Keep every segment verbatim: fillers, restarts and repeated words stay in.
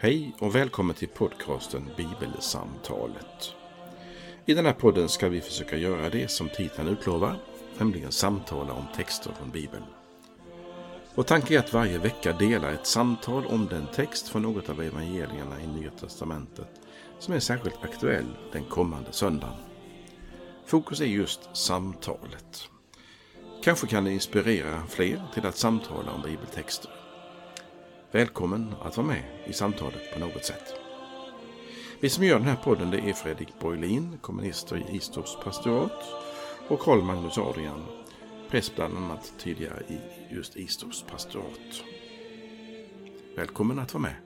Hej och välkommen till podcasten Bibelsamtalet. I den här podden ska vi försöka göra det som titeln utlovar, nämligen samtala om texter från Bibeln. Och tanken är att varje vecka dela ett samtal om den text från något av evangelierna i Nya testamentet som är särskilt aktuell den kommande söndagen. Fokus är just samtalet. Kanske kan det inspirera fler till att samtala om bibeltexter. Välkommen att vara med i samtalet på något sätt. Vi som gör den här podden det är Fredrik Borglin, komminister i Istorps pastorat, och Carl Magnus Adrian, präst bland annat tidigare i just Istorps pastorat. Välkommen att vara med.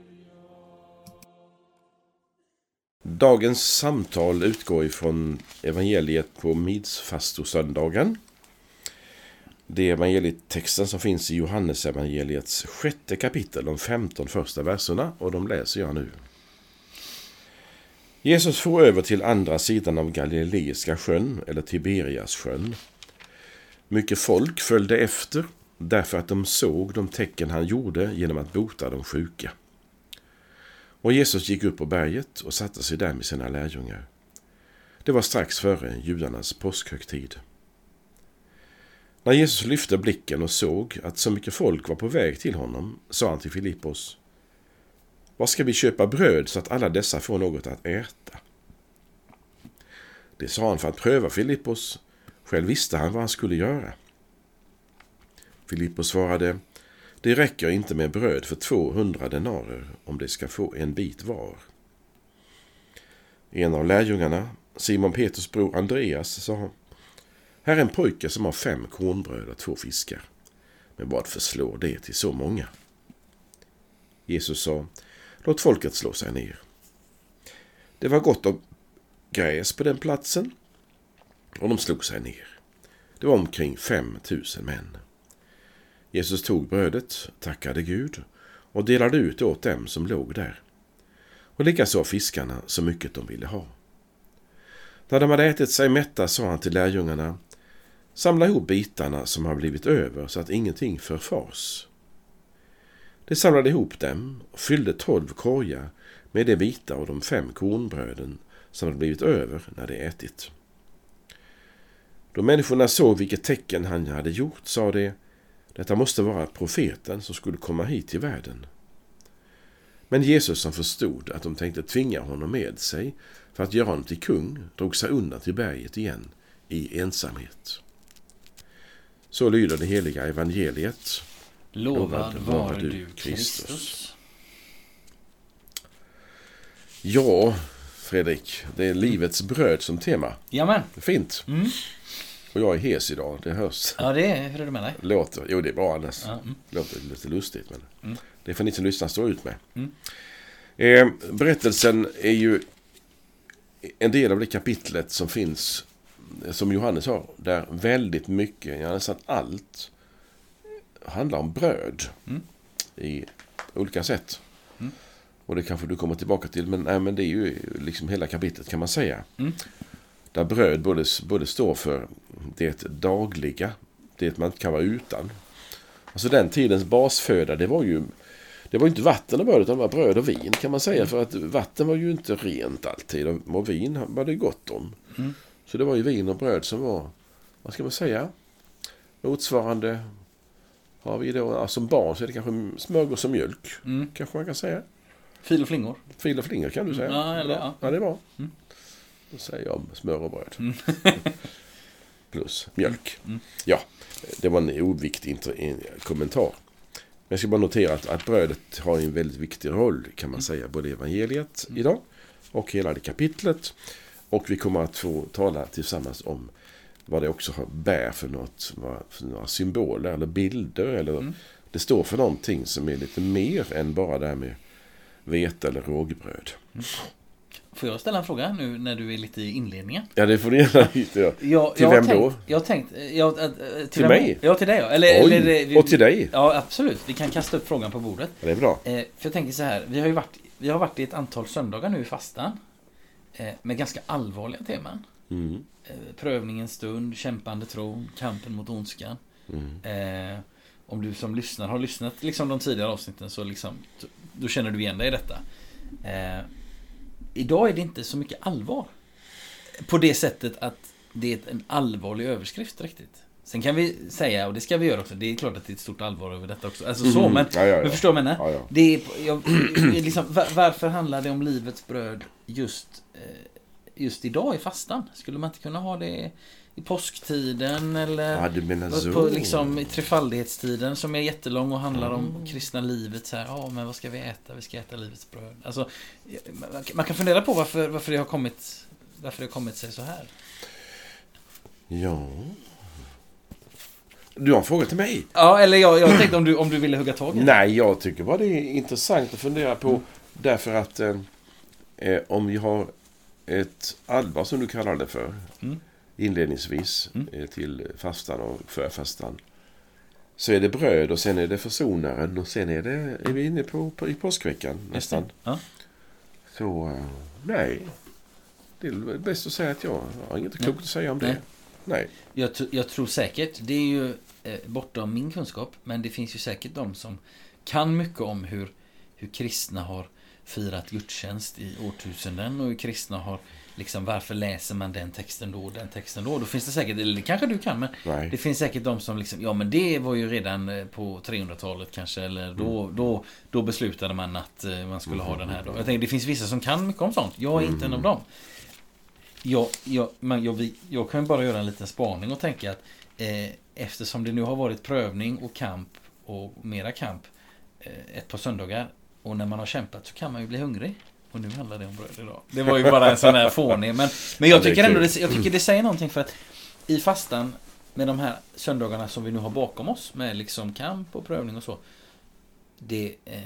Dagens samtal utgår ifrån evangeliet på midsfastosöndagen. Det är evangelietexten som finns i Johannes evangeliets sjätte kapitel, de femton första verserna, och de läser jag nu. Jesus for över till andra sidan av Galileiska sjön, eller Tiberias sjön. Mycket folk följde efter, därför att de såg de tecken han gjorde genom att bota de sjuka. Och Jesus gick upp på berget och satte sig där med sina lärjungar. Det var strax före judarnas påskhögtid. När Jesus lyfte blicken och såg att så mycket folk var på väg till honom, sa han till Filippos: "Vad ska vi köpa bröd så att alla dessa får något att äta?" Det sa han för att pröva Filippos. Själv visste han vad han skulle göra. Filippos svarade: "Det räcker inte med bröd för tvåhundra denarer om det ska få en bit var." En av lärjungarna, Simon Petrus bror Andreas, sa: "Här är en pojke som har fem kornbröd och två fiskar. Men vad förslår det till så många?" Jesus sa: "Låt folket slå sig ner." Det var gott om gräs på den platsen, och de slog sig ner. Det var omkring fem tusen män. Jesus tog brödet, tackade Gud och delade ut åt dem som låg där. Och likaså fiskarna så mycket de ville ha. När de hade ätit sig mätta sa han till lärjungarna: "Samla ihop bitarna som har blivit över så att ingenting förfars." De samlade ihop dem och fyllde tolv korgar med de vita och de fem kornbröden som hade blivit över när de ätit. Då människorna såg vilket tecken han hade gjort, sa de: "Detta måste vara profeten som skulle komma hit till världen." Men Jesus, som förstod att de tänkte tvinga honom med sig för att göra honom till kung, drog sig undan till berget igen i ensamhet. Så lyder det heliga evangeliet. Lovad vare du, Kristus. Ja, Fredrik, det är livets bröd som tema. Jamen. Fint. Mm. Och jag är hes idag, det hörs. Ja, det är hur är det med dig? Låter, jo, det är bra annars. Ja, mm. Låter lite lustigt, men Mm. det får ni som lyssnar stå ut med. Mm. Eh, berättelsen är ju en del av det kapitlet som finns, som Johannes har, där väldigt mycket, jag nästan allt, handlar om bröd Mm. i olika sätt. Mm. Och det kanske du kommer tillbaka till, men, nej, men det är ju liksom hela kapitlet, kan man säga. Mm. Där bröd både, både står för det dagliga, det man inte kan vara utan. Alltså den tidens basföda, det var ju det var inte vatten och bröd, utan det var bröd och vin, kan man säga. För att vatten var ju inte rent alltid, och vin var det gott om. Mm. Så det var ju vin och bröd som var, vad ska man säga, motsvarande. Har vi då, alltså som barn så är det kanske smörgås och mjölk, Mm. kanske man kan säga. Fil och flingor. Fil och flingor kan du säga. Ja, eller, ja. Ja, det är bra. Mm. Då säger jag smör och bröd. Mm. Plus mjölk. Mm. Ja, det var en oviktig int- kommentar. Men jag ska bara notera att, att brödet har en väldigt viktig roll, kan man Mm. säga, både i evangeliet Mm. idag och hela det kapitlet. Och vi kommer att få tala tillsammans om vad det också har bär för, något, för några symboler eller bilder. Eller Mm. det står för någonting som är lite mer än bara det här med vete eller rågbröd. Mm. Får jag ställa en fråga nu när du är lite i inledningen? Ja, det får du gärna hita. Ja. Jag, Till jag vem tänkt, då? Jag har tänkt... Jag, äh, till till vem? mig? Ja, till dig. Ja. Eller, Oj, eller, vi, och till dig? Ja, absolut. Vi kan kasta upp frågan på bordet. Ja, det är bra. Eh, för jag tänker så här. Vi har ju varit, vi har varit i ett antal söndagar nu i fastan. Eh, med ganska allvarliga teman. Mm. Eh, prövningens stund, kämpande tron, kampen mot ondskan. Mm. Eh, om du som lyssnar har lyssnat liksom de tidigare avsnitten så liksom, då känner du igen dig i detta. Eh, idag är det inte så mycket allvar. På det sättet att det är en allvarlig överskrift riktigt. Sen kan vi säga, och det ska vi göra också, det är klart att det är ett stort allvar över detta också. Alltså så, Mm. men, Ja, ja, ja. men förstår du, Ja, ja. det är, jag, liksom, var, varför handlar det om livets bröd just, eh, just idag i fastan? Skulle man inte kunna ha det i påsktiden eller Ja, du menar så. på, liksom, i trefaldighetstiden som är jättelång och handlar om mm. kristna livet så här, ja men vad ska vi äta? Vi ska äta livets bröd. Alltså, man, man kan fundera på varför, varför det har kommit varför det har kommit sig så här. Ja. Du har en fråga till mig. Ja, eller jag, jag tänkte om du, om du ville hugga tag i. Nej, jag tycker bara det är intressant att fundera på. Mm. Därför att eh, om vi har ett allvar som du kallar det för mm. inledningsvis mm. eh, till fastan och förfastan, så är det bröd och sen är det försonaren och sen är, det, är vi inne på, på i påskveckan nästan. Ja. Så eh, nej, det är bäst att säga att jag har inget klokt nej. att säga om det. Nej. Nej. Jag, jag tror säkert, det är ju eh, bortom min kunskap, men det finns ju säkert de som kan mycket om hur, hur kristna har firat gudstjänst i årtusenden och hur kristna har, liksom, varför läser man den texten då och den texten då. Då finns det säkert, eller det kanske du kan, men Nej. det finns säkert de som liksom, ja men det var ju redan på trehundratalet kanske, eller då, mm. då, då beslutade man att man skulle mm. ha den här då. Jag tänker, det finns vissa som kan mycket om sånt. Jag är mm. inte en av dem. Jag, jag, men jag, vi, jag kan bara göra en liten spaning och tänka att eh, eftersom det nu har varit prövning och kamp och mera kamp eh, ett par söndagar, och när man har kämpat så kan man ju bli hungrig, och nu handlar det om bröd idag. Det var ju bara en sån här fånig, men, men jag tycker ändå det, jag tycker det säger någonting, för att i fastan med de här söndagarna som vi nu har bakom oss med liksom kamp och prövning och så, det, eh,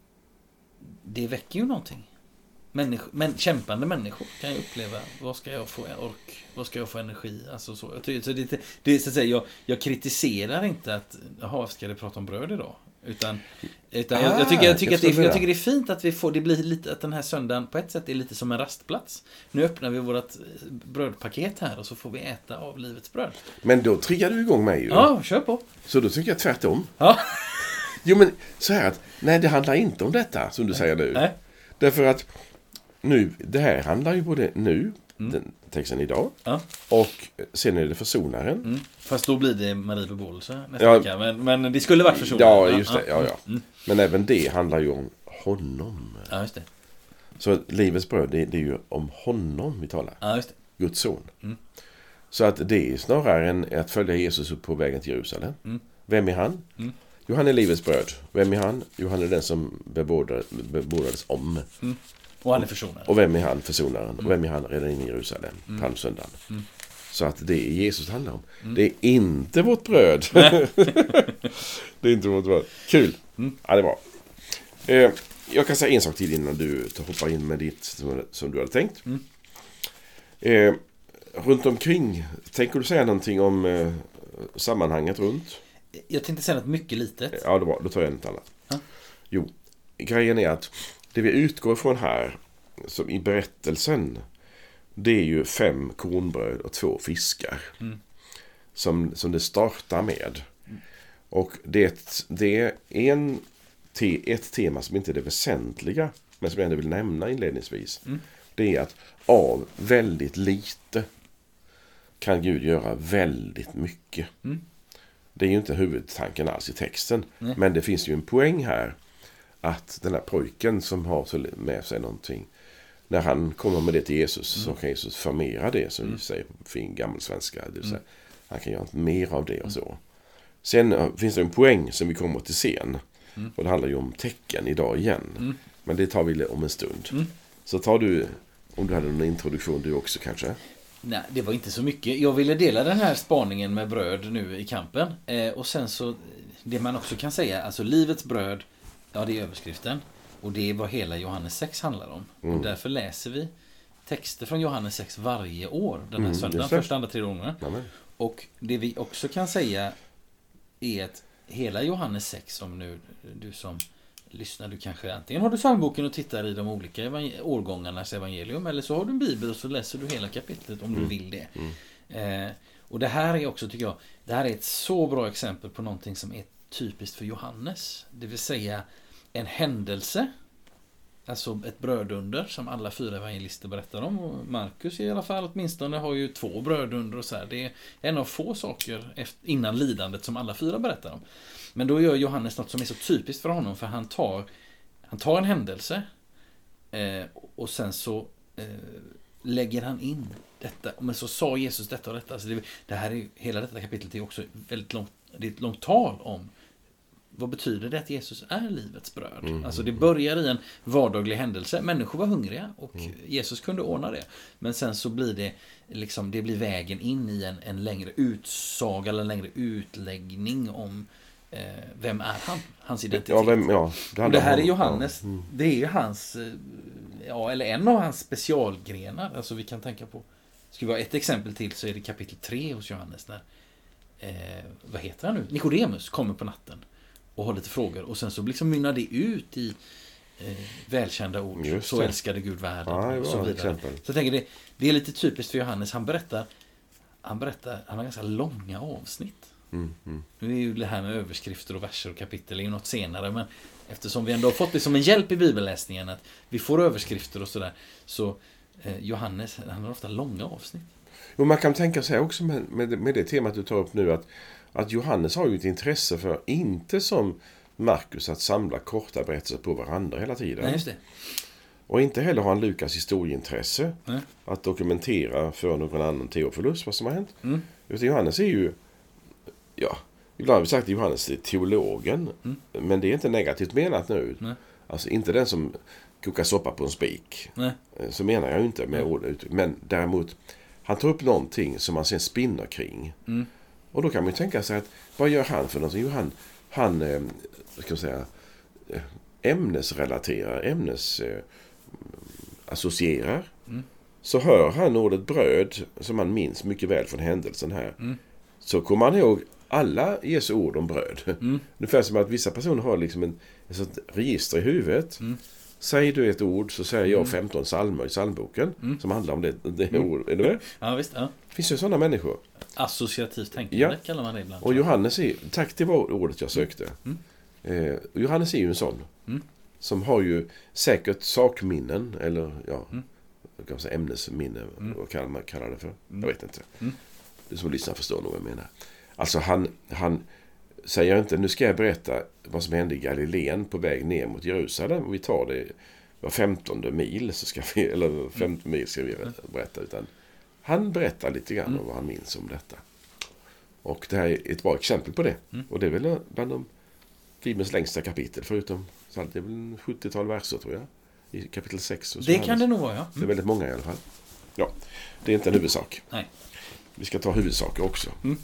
det väcker ju någonting. Människor, men kämpande människor kan ju uppleva, vad ska jag få ork, vad ska jag få energi, alltså så. Jag tycker, så det, det så att säga, jag, jag kritiserar inte att, jaha, ska det prata om bröd idag, utan, utan ah, jag, jag tycker jag tycker att det, jag tycker det är fint att vi får, det blir lite, att den här söndagen på ett sätt är lite som en rastplats. Nu öppnar vi vårt brödpaket här och så får vi äta av livets bröd. Men då triggar du igång mig ju. Ja, kör på. Så då tycker jag tvärtom. Ja. Jo, men så här att, nej, det handlar inte om detta som du nej. säger nu. Nej. Därför att nu, det här handlar ju både nu, mm. den texten idag, ja. och sen är det försonaren. Mm. Fast då blir det Marie bebåelse nästa ja. vecka, men, men det skulle varit Ja, försonaren. just det, ja, ja. Mm. Men även det handlar ju om honom. Ja, just det. Så livets bröd, det, det är ju om honom vi talar. Ja, just det. Guds son. Mm. Så att det är snarare än att följa Jesus upp på vägen till Jerusalem. Mm. Vem är han? Mm. Jo, han är livets bröd. Vem är han? Jo, han är den som bebådades om. Mm. Och han är försonaren. Och vem är han? Försonaren. Mm. Och vem är han redan inne i Jerusalem? Mm. Palmsöndagen. Mm. Så att det är Jesus handlar om. Mm. Det är inte vårt bröd. Det är inte vårt bröd. Kul. Mm. Ja, det var. Eh, jag kan säga en sak till innan du hoppar in med ditt som, som du hade tänkt. Mm. Eh, runt omkring, tänker du säga någonting om eh, sammanhanget runt? Jag tänkte säga något mycket litet. Ja, det var. Då tar jag något annat. Ja. Jo, grejen är att det vi utgår från här, som i berättelsen, det är ju fem kornbröd och två fiskar. Mm. Som, som det startar med. Mm. Och det, det är en, te, ett tema som inte är det väsentliga, men som jag ändå vill nämna inledningsvis. Mm. Det är att av väldigt lite kan Gud göra väldigt mycket. Mm. Det är ju inte huvudtanken alls i texten. Mm. Men det finns ju en poäng här. Att den här pojken som har med sig någonting, när han kommer med det till Jesus, mm. så kan Jesus förmera det, som vi säger på fin gammal svenska. Det vill säga, mm. han kan göra mer av det och så. Sen finns det en poäng som vi kommer till sen. Mm. Och det handlar ju om tecken idag igen. Mm. Men det tar vi om en stund. Mm. Så tar du, om du hade en introduktion du också kanske. Nej, det var inte så mycket. Jag ville dela den här spaningen med bröd nu i kampen. Eh, och sen så, det man också kan säga, alltså livets bröd, ja, det är överskriften. Och det är vad hela Johannes sex handlar om. Mm. Och därför läser vi texter från Johannes sex varje år. Den här mm, söndagen, första, andra, tredje gångerna. Amen. Och det vi också kan säga är att hela Johannes sex, som nu du som lyssnar, du kanske antingen har du psalmboken och tittar i de olika evang- årgångarnas evangelium, eller så har du en bibel och så läser du hela kapitlet om mm. du vill det. Mm. Eh, och det här är också, tycker jag, det här är ett så bra exempel på någonting som är typiskt för Johannes. Det vill säga en händelse alltså ett brödunder som alla fyra evangelister berättar om. Och Markus i alla fall åtminstone har ju två brödunder och så här. Det är en av få saker efter, innan lidandet som alla fyra berättar om. Men då gör Johannes något som är så typiskt för honom, för han tar, han tar en händelse eh, och sen så eh, lägger han in detta. Men så sa Jesus detta och detta. Alltså det, det här är, hela detta kapitlet är också väldigt långt, det är ett långt tal om vad betyder det att Jesus är livets bröd? Mm. Alltså det börjar i en vardaglig händelse. Människor var hungriga och mm. Jesus kunde ordna det. Men sen så blir det liksom, det blir vägen in i en, en längre utsaga eller en längre utläggning om eh, vem är han? Hans identitet. Ja, vem, ja, det, och det här är Johannes. Mm. Det är ju hans, ja, eller en av hans specialgrenar. Alltså vi kan tänka på, ska vi ha ett exempel till så är det kapitel tre hos Johannes när eh, vad heter han nu? Nikodemus kommer på natten och har lite frågor. Och sen så liksom mynnar det ut i eh, välkända ord. Så älskade Gud världen. Ja, och så vidare. Så jag tänker det, det är lite typiskt för Johannes. Han berättar, han berättar, han har ganska långa avsnitt. Mm, mm. Nu är ju det här med överskrifter och verser och kapitel är ju något senare. Men eftersom vi ändå har fått det som en hjälp i bibelläsningen att vi får överskrifter och sådär. Så eh, Johannes, han har ofta långa avsnitt. Och man kan tänka sig också med, med, med det temat du tar upp nu att Att Johannes har ju ett intresse för, inte som Markus, att samla korta berättelser på varandra hela tiden. Nej, just det. Och inte heller har han Lukas historieintresse. Nej. Att dokumentera för någon annan Teofilus vad som har hänt. Mm. Utan Johannes är ju, ja, ibland har vi sagt att Johannes är teologen. Mm. Men det är inte negativt menat nu. Nej. Alltså inte den som kokar soppa på en spik. Nej. Så menar jag ju inte med ordet. Men däremot, han tar upp någonting som man sen spinner kring. Mm. Och då kan man ju tänka sig att vad gör han för någonting? Jo, han, han eh, ska jag säga, ämnesrelaterar, ämnes eh, associerar. Mm. Så hör han ordet bröd som man minns mycket väl från händelsen här. Mm. Så kommer han ihåg alla Jesu ord om bröd. Mm. Ungefär som att vissa personer har liksom en, en sånt register i huvudet. Mm. Säger du ett ord så säger jag femton psalmer i psalmboken mm. som handlar om det, det mm. ord. Är det med? Ja, visst. Ja. Finns ju sådana människor. Associativt tänkande ja. kallar man det ibland. Och Johannes är, tack till var ordet jag sökte. Mm. Eh, Johannes är ju en sån. Mm. Som har ju säkert sakminnen, eller ja, mm. jag kan säga ämnesminne, mm. vad kallar man kallar det för? Mm. Jag vet inte. Mm. Det som lyssnar förstår nog vad jag menar. Alltså han, han säger inte, nu ska jag berätta vad som hände i Galileen på väg ner mot Jerusalem. Och vi tar det var femtonde mil, så ska vi, eller femtonde mil ska vi berätta. Utan han berättar lite grann mm. om vad han minns om detta. Och det här är ett bra exempel på det. Mm. Och det är väl bland de Bibelns längsta kapitel, förutom så det är väl en sjuttiotal verser tror jag. I kapitel sex. Och så det kan det nog vara, ja. Mm. Det är väldigt många i alla fall. Ja, det är inte en huvudsak. Nej. Vi ska ta huvudsaker också. Mm.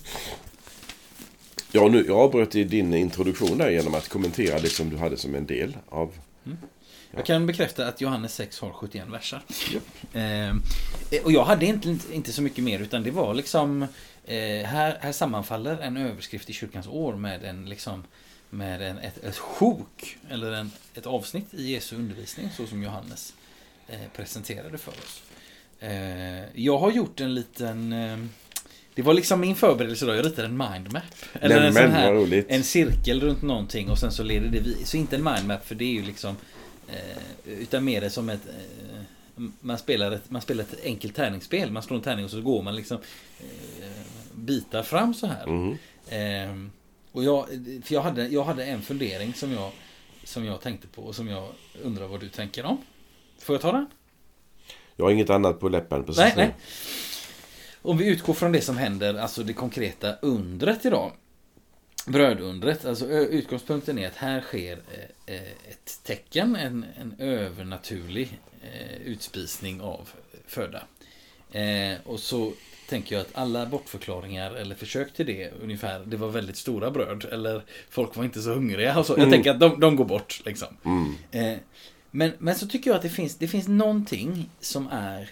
Ja, nu, jag avbröt i din introduktion där genom att kommentera det som du hade som en del av... Mm. Ja. Jag kan bekräfta att Johannes sex har sjuttioen verser. Yep. Eh, och jag hade inte, inte så mycket mer, utan det var liksom... Eh, här, här sammanfaller en överskrift i kyrkans år med en liksom... med en, ett, ett sjok eller en, ett avsnitt i Jesu undervisning så som Johannes eh, presenterade för oss. Eh, jag har gjort en liten... Eh, det var liksom min förberedelse då. Jag ritade en mindmap. Eller Nej, en men, sån här, en cirkel runt någonting och sen så leder det vi. Så inte en mindmap, för det är ju liksom eh, utan mer det som ett eh, man spelar ett man spelar ett enkelt tärningsspel. Man slår en tärning och så går man liksom eh, bitar fram så här. Mm. Eh, och jag för jag hade jag hade en fundering som jag som jag tänkte på och som jag undrar vad du tänker om. Får jag ta den? Jag har inget annat på läppen precis. Nej, nej. Om vi utgår från det som händer, alltså det konkreta undret idag, brödundret, alltså utgångspunkten är att här sker ett tecken, en, en övernaturlig utspisning av föda. Och så tänker jag att alla bortförklaringar eller försök till det ungefär, det var väldigt stora bröd eller folk var inte så hungriga och så. Jag mm. tänker att de, de går bort liksom. Mm. Men, men så tycker jag att det finns, det finns någonting som är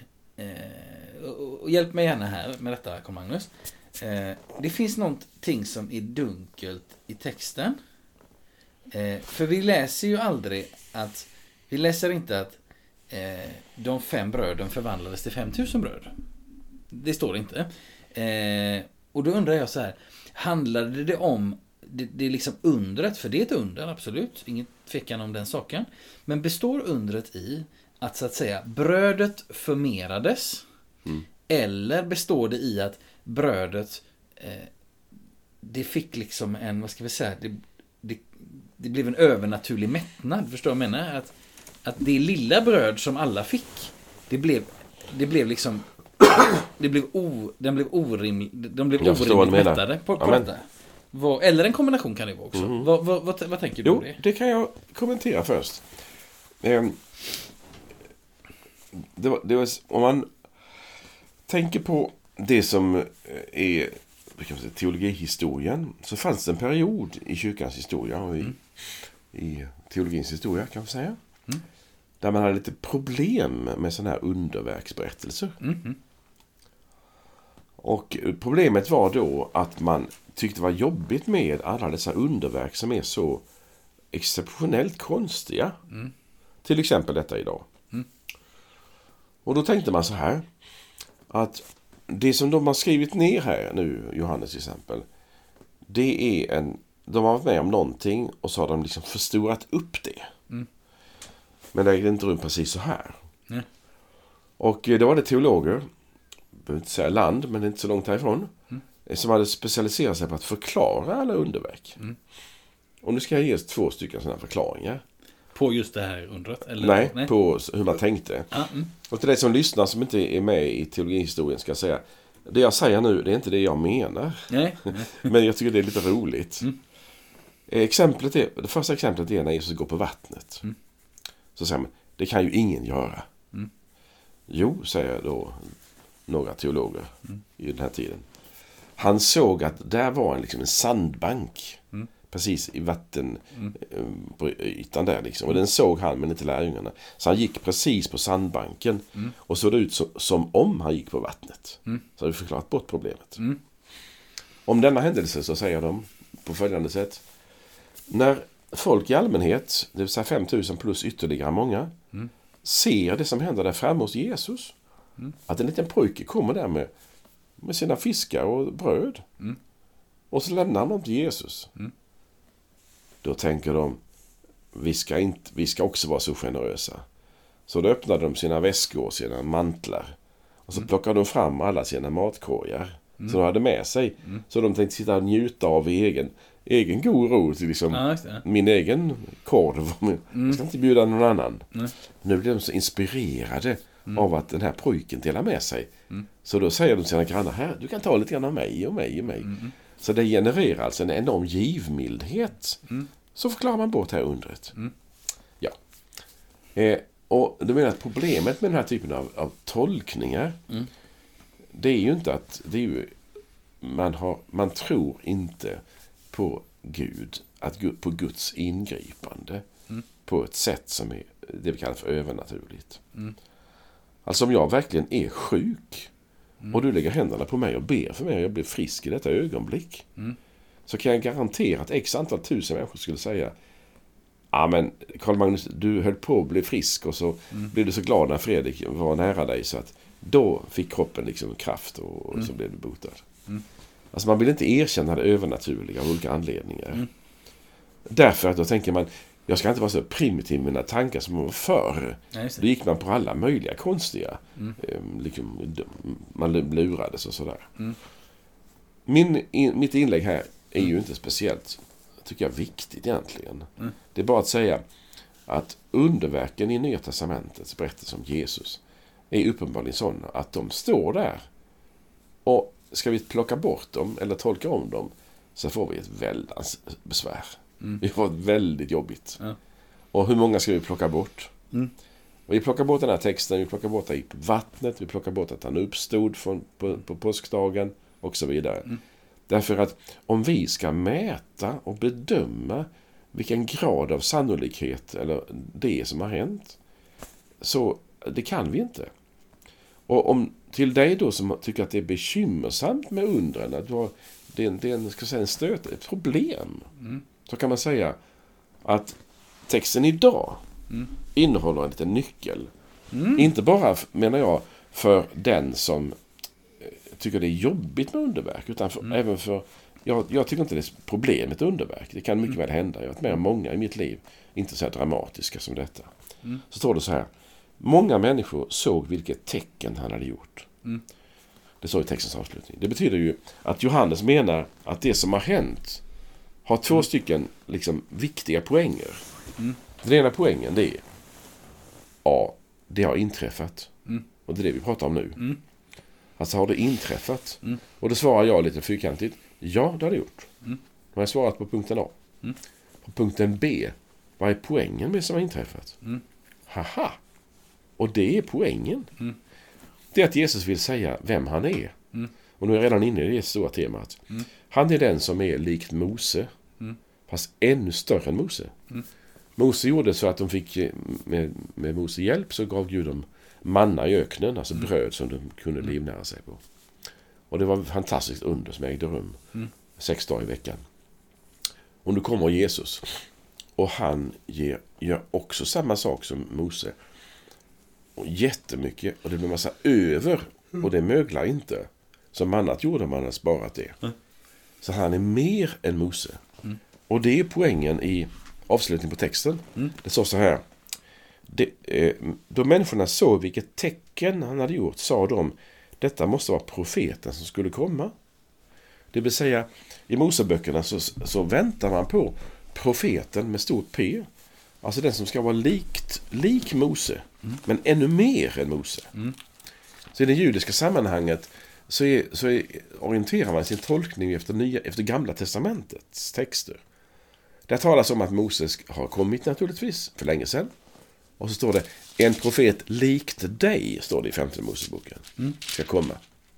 och hjälp mig gärna här med detta, kom Magnus. Eh, det finns någonting som är dunkelt i texten. Eh, för vi läser ju aldrig att vi läser inte att eh, de fem bröden förvandlades till femtusen bröd. Det står inte. Eh, och då undrar jag så här, handlade det om det, det är liksom undret, för det är ett under, absolut, inget tvekan om den saken. Men består undret i att så att säga brödet förmerades? Mm. Eller består det i att brödet eh, det fick liksom en, vad ska vi säga, det, det, det blev en övernaturlig mättnad, förstår du vad jag menar? Att, att det lilla bröd som alla fick, det blev, det blev liksom, det blev o, den blev orimlig, de blev orimligt mättade på, på detta. Vad, eller en kombination kan det vara också. Mm. Vad, vad, vad, vad tänker du jo, om det? Det kan jag kommentera först. Eh, det var, det var, om man tänker på det som är kan man säga, teologihistorien, så fanns det en period i kyrkans historia och i, mm. i teologins historia kan man säga, mm. där man hade lite problem med sådana här underverksberättelser. Mm. Och problemet var då att man tyckte det var jobbigt med alla dessa underverk som är så exceptionellt konstiga. Mm. Till exempel detta idag. Mm. Och då tänkte man så här, att det som de har skrivit ner här nu, Johannes till exempel, det är en, de har varit med om någonting och så har de liksom förstorat upp det. Mm. Men det är inte runt precis så här. Mm. Och det var det teologer, jag behöver inte säga land, men det är inte så långt härifrån, mm. som hade specialiserat sig på att förklara alla underverk. Mm. Och nu ska jag ge två stycken sådana förklaringar. På just det här undret? Eller? Nej, Nej, på hur man tänkte. Ah, mm. Och till dig som lyssnar som inte är med i teologihistorien ska jag säga, det jag säger nu, det är inte det jag menar. Nej. Men jag tycker det är lite roligt. Mm. Exemplet är, det första exemplet är när Jesus går på vattnet. Mm. Så säger man, det kan ju ingen göra. Mm. Jo, säger då några teologer mm. i den här tiden. Han såg att där var en, liksom en sandbank. Mm. Precis i vatten mm. på ytan där liksom. Och den såg han men inte lärjungarna. Så han gick precis på sandbanken. Mm. Och såg det ut som, som om han gick på vattnet. Mm. Så har vi förklarat bort problemet. Mm. Om denna händelse så säger de på följande sätt. När folk i allmänhet, det vill säga fem tusen plus ytterligare många, mm. ser det som händer där framme hos Jesus. Mm. Att en liten pojke kommer där med, med sina fiskar och bröd. Mm. Och så lämnar han dem till Jesus. Mm. Då tänker de, vi ska, inte, vi ska också vara så generösa. Så då öppnade de sina väskor och sina mantlar. Och så mm. plockade de fram alla sina matkorgar. Mm. Som de hade med sig. Mm. Så de tänkte sitta och njuta av egen, egen god ro. Till liksom ja, min egen korv. Mm. Jag ska inte bjuda någon annan. Mm. Nu blir de så inspirerade mm. av att den här pojken delar med sig. Mm. Så då säger de till sina grannar, här, du kan ta lite grann av mig och mig och mig. Mm. Så det genererar alltså en enorm givmildhet. Mm. Så förklarar man bort det här undret. Mm. Ja. Eh, och du menar att problemet med den här typen av, av tolkningar mm. det är ju inte att det är ju, man, har, man tror inte på Gud, att på Guds ingripande mm. på ett sätt som är det vi kallar för övernaturligt. Mm. Alltså om jag verkligen är sjuk mm. och du lägger händerna på mig och ber för mig och jag blir frisk i detta ögonblick mm. så kan jag garantera att x antal tusen människor skulle säga, ja men Carl Magnus, du höll på att bli frisk och så mm. blev du så glad när Fredrik var nära dig så att då fick kroppen liksom kraft och, och mm. så blev du botad. Mm. Alltså man vill inte erkänna det övernaturliga av olika anledningar. Mm. Därför att då tänker man, jag ska inte vara så primitiv med mina tankar som man var förr. Ja, då gick man på alla möjliga konstiga. Mm. Eh, liksom, man lurades och sådär. Mm. Min, in, mitt inlägg här är ju inte speciellt, tycker jag, viktigt egentligen. Mm. Det är bara att säga att underverken i Nya testamentets berättelse om Jesus är uppenbarligen sådana att de står där. Och ska vi plocka bort dem eller tolka om dem så får vi ett väldans besvär. Mm. Vi får ett väldigt jobbigt. Ja. Och hur många ska vi plocka bort? Mm. Och vi plockar bort den här texten, vi plockar bort det på vattnet, vi plockar bort att han uppstod från, på, på påskdagen och så vidare. Mm. Därför att om vi ska mäta och bedöma vilken grad av sannolikhet eller det som har hänt, så det kan vi inte. Och om till dig då som tycker att det är bekymmersamt med undren, att du har, det är en, det är en, ska säga, en stöt, ett problem, mm. så kan man säga att texten idag mm. innehåller en liten nyckel. Mm. Inte bara, menar jag, för den som tycker det är jobbigt med underverk, utan för, mm. även för jag, jag tycker inte det är problemet underverk. Det kan mycket väl hända. Jag har varit med om många i mitt liv, inte så här dramatiska som detta. Mm. Så står det så här. Många människor såg vilket tecken han hade gjort. Mm. Det står i textens avslutning. Det betyder ju att Johannes menar att det som har hänt har två mm. stycken liksom viktiga poänger. Mm. Den ena poängen det är ja, det har inträffat. Mm. Och det är det vi pratar om nu. Mm. Alltså har det inträffat? Mm. Och då svarar jag lite fyrkantigt. Ja, det har det gjort. Mm. Nu har jag svarat på punkten A. Mm. På punkten B. Vad är poängen med det som har inträffat? Mm. Haha! Och det är poängen. Mm. Det är att Jesus vill säga vem han är. Mm. Och nu är jag redan inne i det stora temat. Mm. Han är den som är likt Mose. Mm. Fast ännu större än Mose. Mm. Mose gjorde så att de fick med, med Mose hjälp så gav Gud dem manna i öknen. Alltså mm. bröd som de kunde mm. livnära sig på. Och det var ett fantastiskt under som ägde rum. Mm. Sex dagar i veckan. Och nu kommer Jesus. Och han ger, gör också samma sak som Mose. Och jättemycket. Och det blir massa över. Mm. Och det möglar inte. Som annat gjorde man hade sparat det. Mm. Så han är mer än Mose. Mm. Och det är poängen i avslutningen på texten. Mm. Det står så här. Det, eh, då människorna såg vilket tecken han hade gjort sa de detta måste vara profeten som skulle komma. Det vill säga i Moseböckerna så, så väntar man på profeten med stort P. Alltså den som ska vara likt, lik Mose. Mm. Men ännu mer än Mose. Mm. Så i det judiska sammanhanget så, är, så är, orienterar man sin tolkning efter, nya, efter gamla testamentets texter. Där talas om att Moses har kommit naturligtvis för länge sedan. Och så står det en profet likt dig, står det i femte Moseboken. Mm. Ska komma.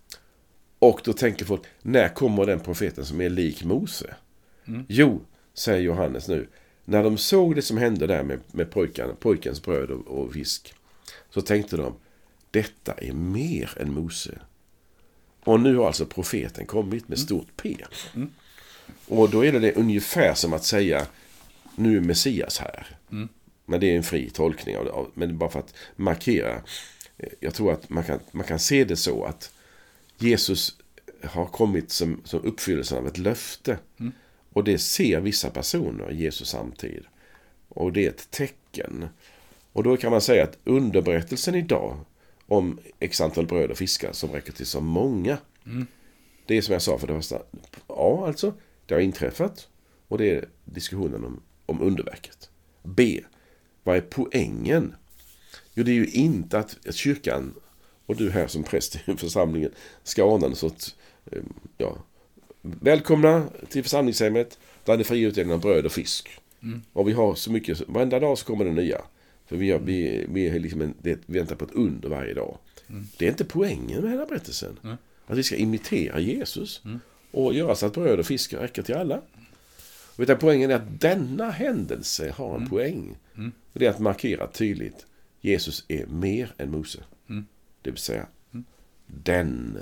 Och då tänker folk, när kommer den profeten som är lik Mose? Mm. Jo, säger Johannes nu. När de såg det som hände där med, med pojken, pojkens bröd och, och fisk. Så tänkte de, detta är mer än Mose. Och nu har alltså profeten kommit med stort P. Mm. Och då är det, det ungefär som att säga, nu är Messias här. Mm. Men det är en fri tolkning av det. Men bara för att markera. Jag tror att man kan, man kan se det så att Jesus har kommit som, som uppfyllelsen av ett löfte. Mm. Och det ser vissa personer i Jesus samtid. Och det är ett tecken. Och då kan man säga att underberättelsen idag om x antal bröd och fiskar som räcker till så många. Mm. Det är som jag sa för det första. Ja, alltså. Det har inträffat. Och det är diskussionen om, om underverket. B. Vad är poängen? Jo, det är ju inte att, att kyrkan och du här som präst i församlingen ska ana en sorts ja, välkomna till församlingshemmet där det är fri utdelning av bröd och fisk. Mm. Och vi har så mycket, varenda dag så kommer det nya. För vi, har, vi, vi, är liksom en, det, vi väntar på ett under varje dag. Mm. Det är inte poängen med hela berättelsen. Mm. Att vi ska imitera Jesus mm. och göra så att bröd och fisk räcker till alla. Och utan poängen är att denna händelse har en mm. poäng. Mm. Och det är att markera tydligt Jesus är mer än Mose. Mm. Det vill säga mm. den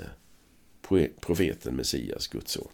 profeten Messias, Guds son.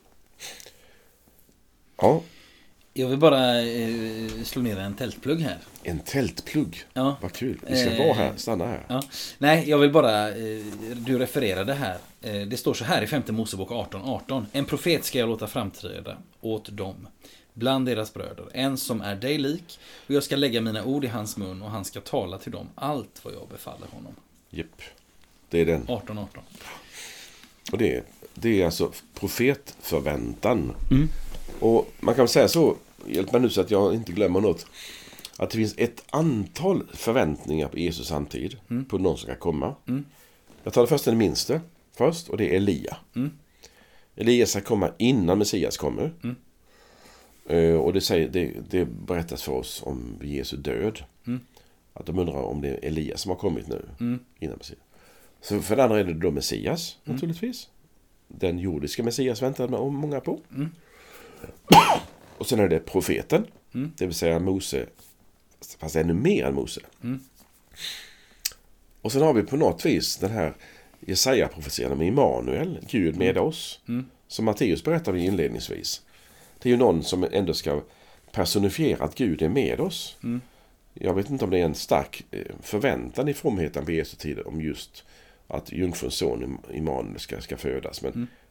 Ja. Jag vill bara eh, slå ner en tältplugg här. En tältplugg? Ja. Vad kul. Vi ska eh, vara här, stanna här. Ja. Nej, jag vill bara, eh, du refererade här. Eh, det står så här i femte Mosebok arton arton. En profet ska jag låta framträda åt dem. Bland deras bröder. En som är dig lik. Och jag ska lägga mina ord i hans mun. Och han ska tala till dem allt vad jag befaller honom. Japp. Det är den. arton arton. Och det är, det är alltså profetförväntan. Mm. Och man kan säga så, hjälp mig nu så att jag inte glömmer något, att det finns ett antal förväntningar på Jesus samtid, mm. på någon som ska komma. Mm. Jag tar det först den minsta först, och det är Elia. Mm. Elia ska komma innan Messias kommer. Mm. Uh, och det, säger, det, det berättas för oss om Jesu död. Mm. Att de undrar om det är Elia som har kommit nu, mm. innan Messias. Så för det andra är det då Messias, mm. naturligtvis. Den jordiska Messias väntar man många på. Mm. Och sen är det profeten, mm. det vill säga Mose, fast ännu mer än Mose. Mm. Och sen har vi på något vis den här Jesaja-profetian om Immanuel, Gud med mm. oss, mm. som Matteus berättade inledningsvis. Det är ju någon som ändå ska personifiera att Gud är med oss. Mm. Jag vet inte om det är en stark förväntan i fromheten på Jesu tid om just att jungfruns son Immanuel ska, ska födas. Men mm.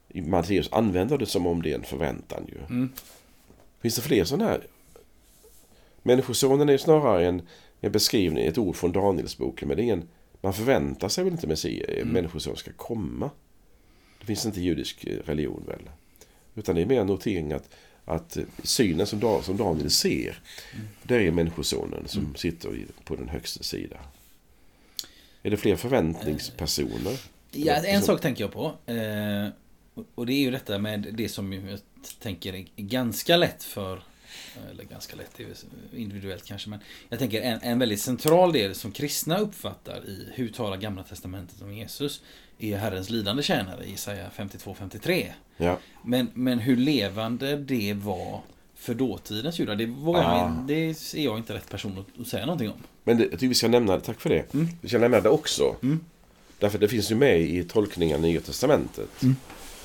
Matteus använder det som om det är en förväntan ju. Mm. Finns det fler sådana här? Människosonen är ju snarare en, en beskrivning, ett ord från Danielsboken, men det är ingen, man förväntar sig väl inte Messias, mm. människoson ska komma. Det finns inte judisk religion väl. Utan det är mer en notering att, att synen som, som Daniel ser, mm. det är människosonen som mm. sitter på den högsta sidan. Är det fler förväntningspersoner? Ja, en sak tänker jag på. Eh, och det är ju detta med det som jag tänker är ganska lätt för, eller ganska lätt, det är individuellt kanske, men jag tänker en, en väldigt central del som kristna uppfattar i hur talar Gamla testamentet om Jesus är Herrens lidande tjänare, Jesaja femtiotvå femtiotre. Ja. Men, men hur levande det var för dåtidens judar, det, vågar ah. jag, det är jag inte rätt person att, att säga någonting om. Men det, jag tycker vi ska nämna det, tack för det. Mm. Vi ska nämna det också. Mm. Därför det finns ju med i tolkningen av Nya testamentet. Mm.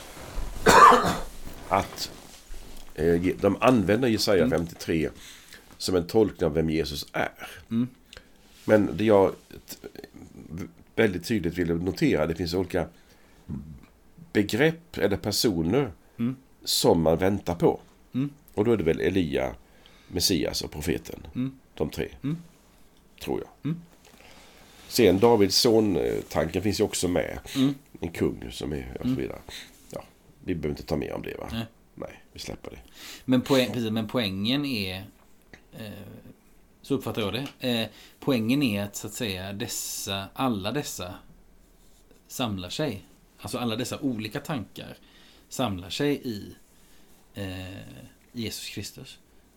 Att eh, de använder Jesaja mm. femtiotre som en tolkning av vem Jesus är. Mm. Men det jag t- väldigt tydligt vill notera, det finns olika begrepp eller personer mm. som man väntar på. Mm. Och då är det väl Elia, Messias och profeten. Mm. De tre. Mm. Tror jag. Mm. Sen Davids son-tanken finns ju också med. Mm. En kung som är och så vidare. Ja, vi behöver inte ta mer om det, va? Nej, Nej vi släpper det. Men, poäng, precis, men poängen är, eh, så uppfattar jag det, eh, poängen är att så att säga dessa, alla dessa samlar sig. Alltså alla dessa olika tankar samlar sig i eh, Jesus Kristus.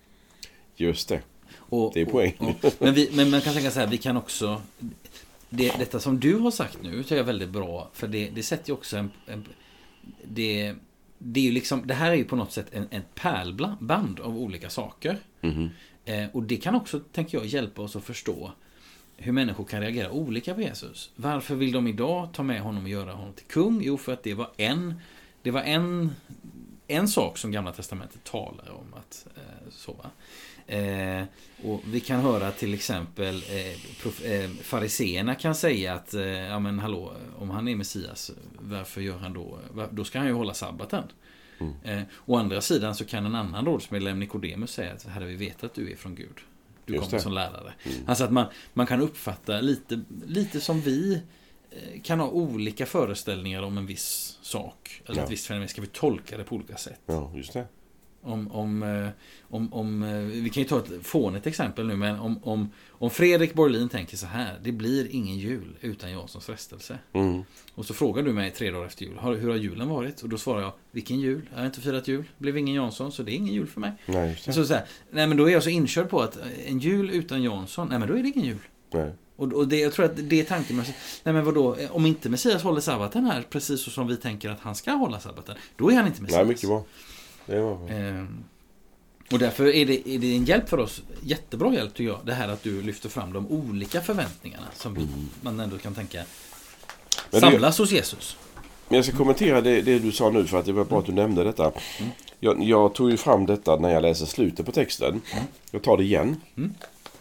Just det. Och, det är poäng. Och, och, men, vi, men man kan tänka så här, vi kan också det, detta som du har sagt nu tycker jag är väldigt bra, för det, det sätter ju också en, en det, det är ju liksom, det här är ju på något sätt en, en pärlband av olika saker. Mm-hmm. eh, och det kan också, tänker jag, hjälpa oss att förstå hur människor kan reagera olika på Jesus. Varför vill de idag ta med honom och göra honom till kung? Jo, för att det var en det var en en sak som Gamla testamentet talar om att eh, så va. Eh, och vi kan höra till exempel eh, prof, eh, fariseerna kan säga att eh, ja men hallå, om han är Messias, varför gör han då var, då ska han ju hålla sabbaten. Mm. Eh, å andra sidan så kan en annan rådsmedlem Nikodemus säga att herre, vi vet att du är från Gud. Du kommer som lärare. Mm. Alltså att man, man kan uppfatta lite, lite som vi eh, kan ha olika föreställningar om en viss sak eller ja. Ett visst fenomen, ska vi tolka det på olika sätt. Ja, just det. Om, om, om, om, vi kan ju ta ett fånigt exempel nu, men om, om, om Fredrik Borlin tänker så här: det blir ingen jul utan Janssons frestelse. Mm. Och så frågar du mig tre dagar efter jul, hur har julen varit? Och då svarar jag, vilken jul? Jag har inte firat jul, blev ingen Jansson, så det är ingen jul för mig. Nej, så, så här, nej men då är jag så inkörd på att en jul utan Jansson, nej men då är det ingen jul. Nej. Och, och det, jag tror att det är tanken med, nej men vadå, om inte Messias håller sabbaten här, precis så som vi tänker att han ska hålla sabbaten, då är han inte Messias. Nej, mycket bra. Det var ehm, och därför är det, är det en hjälp för oss, jättebra hjälp tycker jag, det här att du lyfter fram de olika förväntningarna som mm. man ändå kan tänka men samlas det, hos Jesus. Men jag ska kommentera det, det du sa nu, för att det var bra att du nämnde detta. Mm. Jag, jag tog ju fram detta när jag läser slutet på texten. Mm. Jag tar det igen. Mm.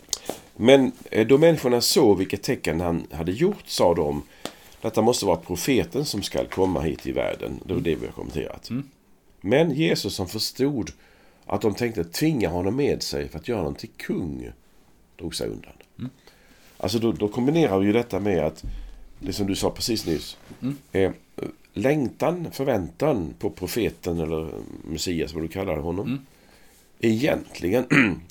Men då människorna såg vilket tecken han hade gjort, sa de, detta måste vara profeten som ska komma hit i världen. Det var det vi har kommenterat. Mm. Men Jesus som förstod att de tänkte tvinga honom med sig för att göra honom till kung, drog sig undan. Mm. Alltså då, då kombinerar vi ju detta med att, det som du sa precis nyss, mm. eh, längtan, förväntan på profeten eller Messias, vad du kallar honom, mm. är egentligen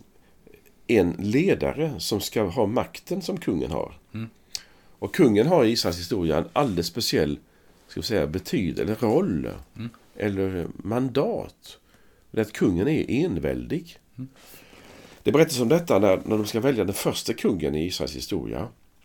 en ledare som ska ha makten som kungen har. Mm. Och kungen har i Israels historia en alldeles speciell, ska jag säga, betydelse eller roll. Mm. Eller mandat. Det är att kungen är enväldig. Mm. Det berättas om detta när, när de ska välja den första kungen i Israels historia.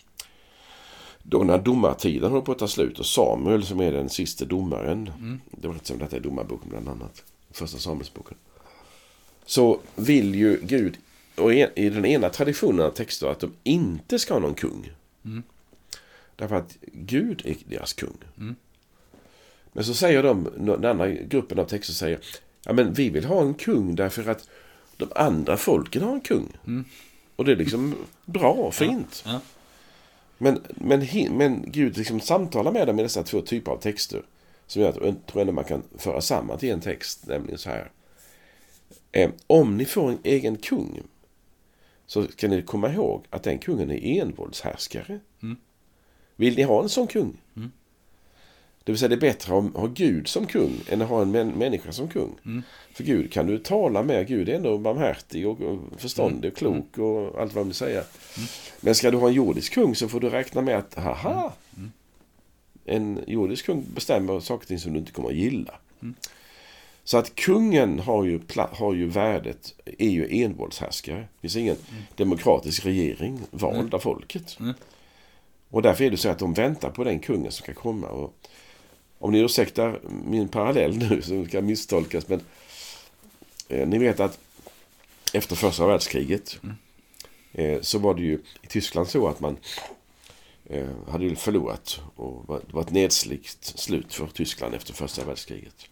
Då när domartiden håller på att ta slut och Samuel som är den sista domaren. Mm. Det berättas om detta i domarboken bland annat. Första Samuelsboken. Så vill ju Gud, och i den ena traditionen av texter, att de inte ska ha någon kung. Mm. Därför att Gud är deras kung. Mm. Men så säger de, den andra gruppen av texter säger, ja men vi vill ha en kung därför att de andra folken har en kung. Mm. Och det är liksom bra, fint. Ja. Ja. Men, men, men Gud liksom samtalar med dem i dessa två typer av texter. som jag tror ändå man kan föra samman till en text, nämligen så här. Eh, om ni får en egen kung, så ska ni komma ihåg att den kungen är envåldshärskare. Mm. Vill ni ha en sån kung? Mm. Det vill säga det är bättre att ha Gud som kung än att ha en män- människa som kung. Mm. För Gud kan du tala med. Gud är ändå barmhärtig och förståndig och klok och allt vad man vill säga. Mm. Men ska du ha en jordisk kung så får du räkna med att haha, mm. en jordisk kung bestämmer saker och ting som du inte kommer att gilla. Mm. Så att kungen har ju, har ju värdet, är ju envåldshärskare. Det finns ingen mm. demokratisk regering vald mm. av folket. Mm. Och därför är det så att de väntar på den kungen som ska komma. Och om ni ursäktar min parallell nu så kan misstolkas, men eh, ni vet att efter första världskriget mm. eh, så var det ju i Tyskland så att man eh, hade förlorat och det var ett nedslikt slut för Tyskland efter första världskriget.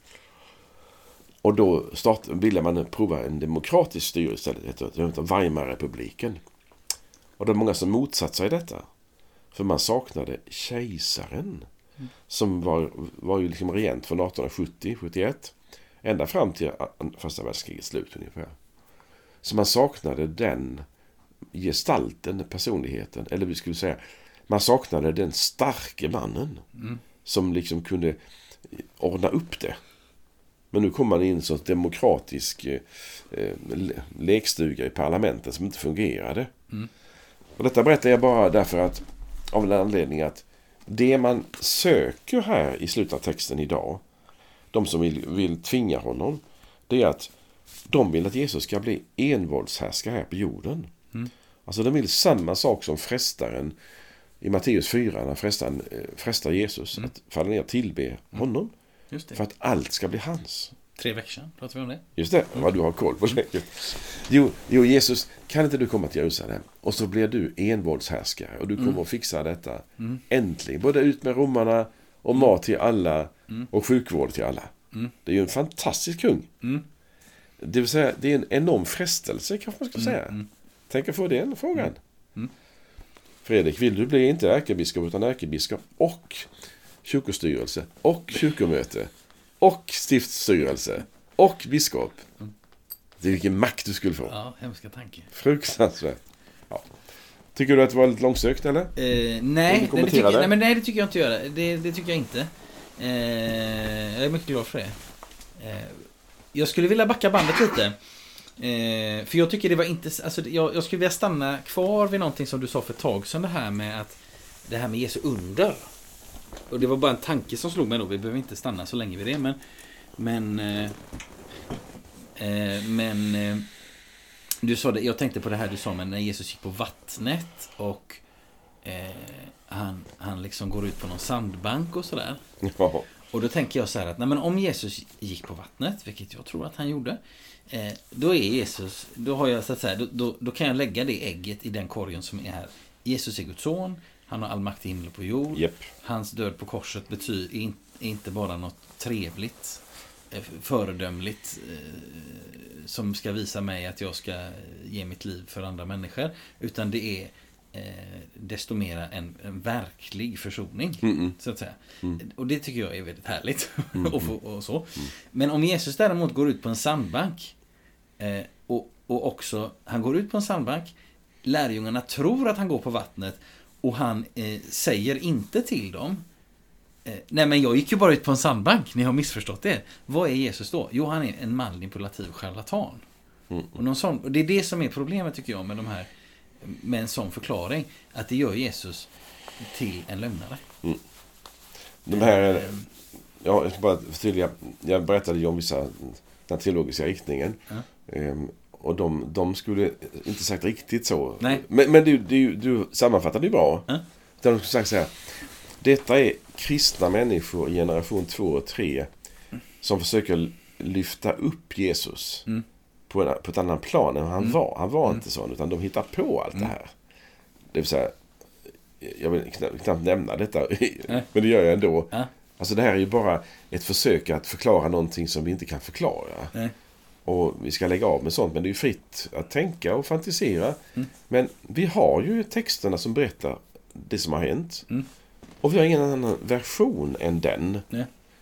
Och då start, ville man prova en demokratisk styre istället, det heter Weimarrepubliken. Och det var många som motsatte sig detta. För man saknade kejsaren. Mm. Som var, var ju liksom regent från arton sjuttio sjuttioett. Ända fram till första världskrigets slut ungefär. Så man saknade den gestalten, personligheten. Eller vi skulle säga, man saknade den starke mannen. Mm. Som liksom kunde ordna upp det. Men nu kommer man in så demokratisk eh, lekstuga i parlamentet som inte fungerade. Mm. Och detta berättar jag bara därför att av en anledning att det man söker här i slutet av texten idag, de som vill, vill tvinga honom, det är att de vill att Jesus ska bli envåldshärskare här på jorden. Mm. Alltså de vill samma sak som frestaren i Matteus fyra när frestaren frestar Jesus mm. att falla ner och tillbe mm. honom. Just det. För att allt ska bli hans. Tre veckor sedan pratar vi om det. Just det, vad du har koll på det. Jo, jo, Jesus, kan inte du komma till Jerusalem? Och så blir du envåldshärskare och du kommer mm. att fixa detta. Mm. Äntligen. Både ut med romarna och mm. mat till alla mm. och sjukvård till alla. Mm. Det är ju en fantastisk kung. Mm. Det vill säga, det är en enorm frestelse kanske man ska säga. Mm. Tänk att få den frågan. Mm. Mm. Fredrik, vill du bli inte ärkebiskop utan ärkebiskop och kyrkostyrelse och kyrkomöte och stiftsstyrelse och biskop. Mm. Det är vilken makt du skulle få. Ja, hemska tanke. Fruktansvärt. Ja. Tycker du att det var lite långsökt eller? Eh, nej, nej, det tycker, nej, men nej, det tycker jag inte göra. Det, det tycker jag inte. Eh, jag är mycket glad för det. Eh, jag skulle vilja backa bandet lite. Eh, för jag tycker det var inte... Alltså, jag, jag skulle vilja stanna kvar vid någonting som du sa för ett tag sedan. Det här med att det här med Jesu under. Och det var bara en tanke som slog mig då. Vi behöver inte stanna så länge vid det. Men... Men... Eh, eh, men eh, du sa det, jag tänkte på det här du sa, men när Jesus gick på vattnet och eh, han, han liksom går ut på någon sandbank och sådär. Ja. Och då tänker jag så här att nej, men om Jesus gick på vattnet, vilket jag tror att han gjorde, eh, då är Jesus, då har jag så att säga, då, då, då kan jag lägga det ägget i den korgen som är här. Jesus är Guds son, han har all makt i himmel och på jord. Yep. Hans död på korset betyder är inte bara något trevligt, föredömligt som ska visa mig att jag ska ge mitt liv för andra människor, utan det är eh, desto mer en, en verklig försoning. Mm-mm. Så att säga. Mm. Och det tycker jag är väldigt härligt. och, och så. Mm. Men om Jesus däremot går ut på en sandbank eh, och, och också han går ut på en sandbank, lärjungarna tror att han går på vattnet och han eh, säger inte till dem eh, nej men jag gick ju bara ut på en sandbank, ni har missförstått det. Vad är Jesus då? Jo, han är en manipulativ charlatan. Mm. Och, någon sån, och det är det som är problemet tycker jag med de här, med en sån förklaring, att det gör Jesus till en lögnare. Mm. De här, ja, jag ska bara förtydliga, jag berättade ju om vissa den teologiska riktningen. Mm. Och de, de skulle inte sagt riktigt så. Nej. Men, men du, du, du sammanfattade ju bra. Mm. De skulle sagt så här: detta är kristna människor i generation två och tre som försöker lyfta upp Jesus mm. på, en, på ett annat plan än han mm. var. Han var mm. inte sån, utan de hittar på allt mm. det här. Det vill säga, jag vill knappt, knappt nämna detta, mm. men det gör jag ändå. Mm. Alltså det här är ju bara ett försök att förklara någonting som vi inte kan förklara. Mm. Och vi ska lägga av med sånt, men det är ju fritt att tänka och fantisera. Mm. Men vi har ju texterna som berättar det som har hänt. Mm. Och vi har ingen annan version än den. Mm.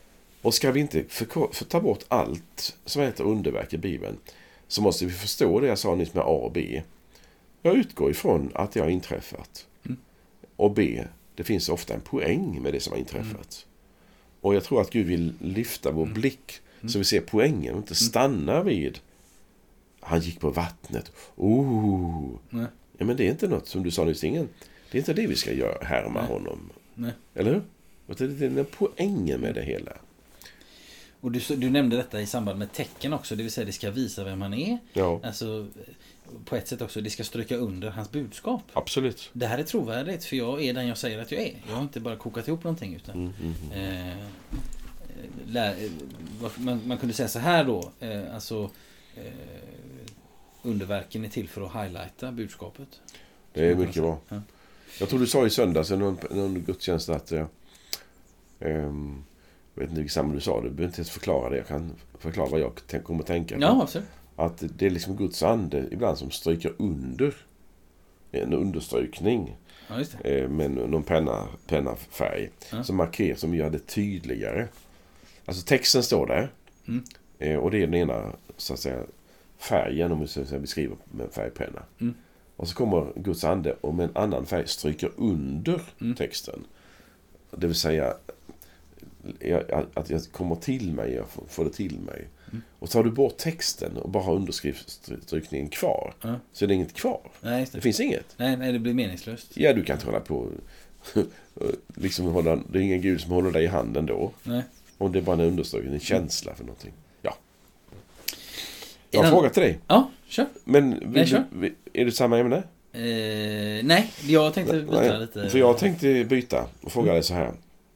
Och ska vi inte för, för ta bort allt som heter underverk i Bibeln, så måste vi förstå det jag sa nyss med A och B. Jag utgår ifrån att det har inträffat. Mm. Och B, det finns ofta en poäng med det som har inträffat. Mm. Och jag tror att Gud vill lyfta vår mm. blick mm. så vi ser poängen och inte stannar vid han gick på vattnet. Oh. Nej. Ja, men det är inte något som du sa nyss, ingen. Det är inte det vi ska göra, härma Nej. honom. Nej. Eller hur? Det är den poängen med det hela. Och du, du nämnde detta i samband med tecken också, det vill säga det ska visa vem han är. Ja. Alltså på ett sätt också, det ska stryka under hans budskap. Absolut. Det här är trovärdigt, för jag är den jag säger att jag är. Jag har inte bara kokat ihop någonting utan mm, mm, mm. Eh, lär, man, man kunde säga så här då, eh, alltså eh, underverken är till för att highlighta budskapet. Det är mycket bra. Ja. Jag tror du sa i söndags i någon, någon gudstjänst att jag um, vet inte vilket samma du sa, du behöver inte ens förklara det. Jag kan förklara vad jag tänk, kommer att tänka på. Ja, absolut. Att det är liksom Guds ande ibland som stryker under en understrykning ja, just det. med någon penna, pennafärg ja. som markerar, som gör det tydligare. Alltså texten står där mm. och det är den ena så att säga färgen, om vi ska beskriva med färgpenna. Mm. Och så kommer Guds ande och med en annan färg stryker under mm. texten. Det vill säga att jag kommer till mig, jag får det till mig. Mm. Och tar du bort texten och bara har underskriftstrykningen kvar mm. så är det inget kvar. Nej, det. det finns inget. Nej, nej, det blir meningslöst. Ja, du kan inte hålla på liksom hålla, det är ingen Gud som håller dig i handen då. Nej. Om det är bara en understrykning, en känsla för någonting. Ja. Jag har en fråga till dig. Ja, kör. Men vill nej, kör. Du, är det samma ämne? Eh, nej, jag tänkte byta nej, lite. För jag tänkte byta och fråga mm. dig så här.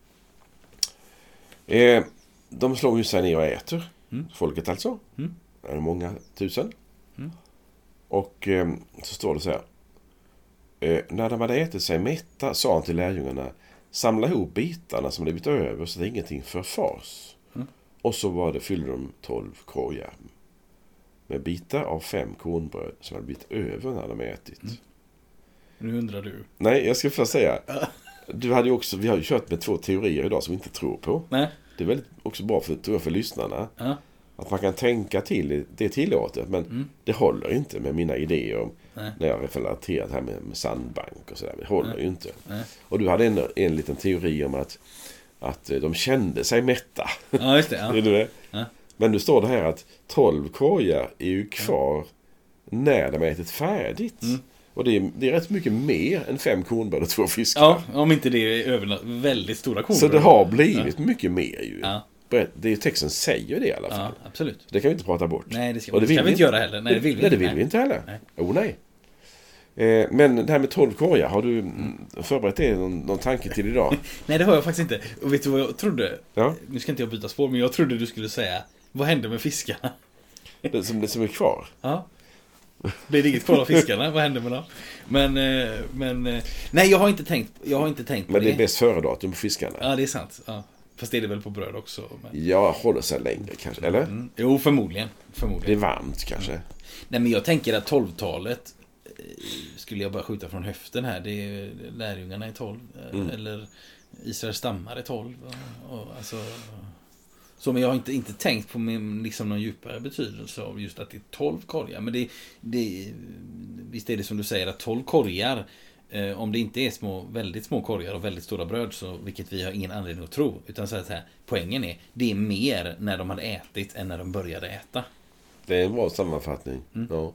Eh, de slår ju sig ner och äter. Mm. Folket alltså. Mm. Det är många tusen. Mm. Och eh, så står det så här. Eh, när de hade ätit sig mätta sa han till lärjungarna: samla ihop bitarna som blivit över så att ingenting förfars. Mm. Och så var det, fyllde de tolv korgar med bitar av fem kornbröd som hade blivit över när de ätit. Mm. Nu undrar du. Nej, jag ska först säga. Du hade ju också, vi har ju kört med två teorier idag som vi inte tror på. Nej. Det är väldigt också bra för, tror jag, för lyssnarna. Ja. Att man kan tänka till, det är tillåtet, men mm. det håller inte med mina idéer om Nej. när jag relaterat här med, med sandbank och sådär. Det håller Nej. ju inte. Nej. Och du hade en, en liten teori om att, att de kände sig mätta. Ja, just det. Ja. Är du det? Ja. Men du står det här att tolv korgar är ju kvar ja. när de har ätit färdigt. Mm. Och det är, det är rätt mycket mer än fem kornbröd och två fiskar. Ja, om inte det är över väldigt stora kornbröd. Så det har blivit ja. mycket mer ju. Ja. Det är texten säger det i alla fall. Ja, absolut. Det kan vi inte prata bort. Nej, det ska, och det vill ska vi inte göra heller. Nej, det vill vi, nej, det inte. vill vi inte heller. Nej. Oh, nej. Eh, men det här med tolv korgar, har du mm. förberett det någon, någon tanke till idag? Nej, det har jag faktiskt inte. Och vet du vad jag trodde? Ja? Nu ska inte jag byta spår, men jag trodde du skulle säga: vad hände med fiskarna? Det som, det som är kvar? Ja. Blir det inget kvar av fiskarna? Vad händer med dem? Men, men nej, jag har inte tänkt, jag har inte tänkt på men det. Men det är bäst före datum på fiskarna. Ja, det är sant. Ja. Fast det är det väl på bröd också. Men... Ja, håller sig längre kanske, eller? Mm. Jo, förmodligen. förmodligen. Det är varmt kanske. Mm. Nej, men jag tänker att tolvtalet skulle jag bara skjuta från höften här. Det är lärjungarna i tolv. Mm. Eller Israels stammar i tolv. Och, och, alltså... Så, men jag har inte, inte tänkt på min, liksom någon djupare betydelse av just att det är tolv korgar. Men det, det, visst är det som du säger att tolv korgar, eh, om det inte är små, väldigt små korgar och väldigt stora bröd, så, vilket vi har ingen anledning att tro. Utan så här, poängen är, det är mer när de hade ätit än när de började äta. Det är en bra sammanfattning. Mm. Ja.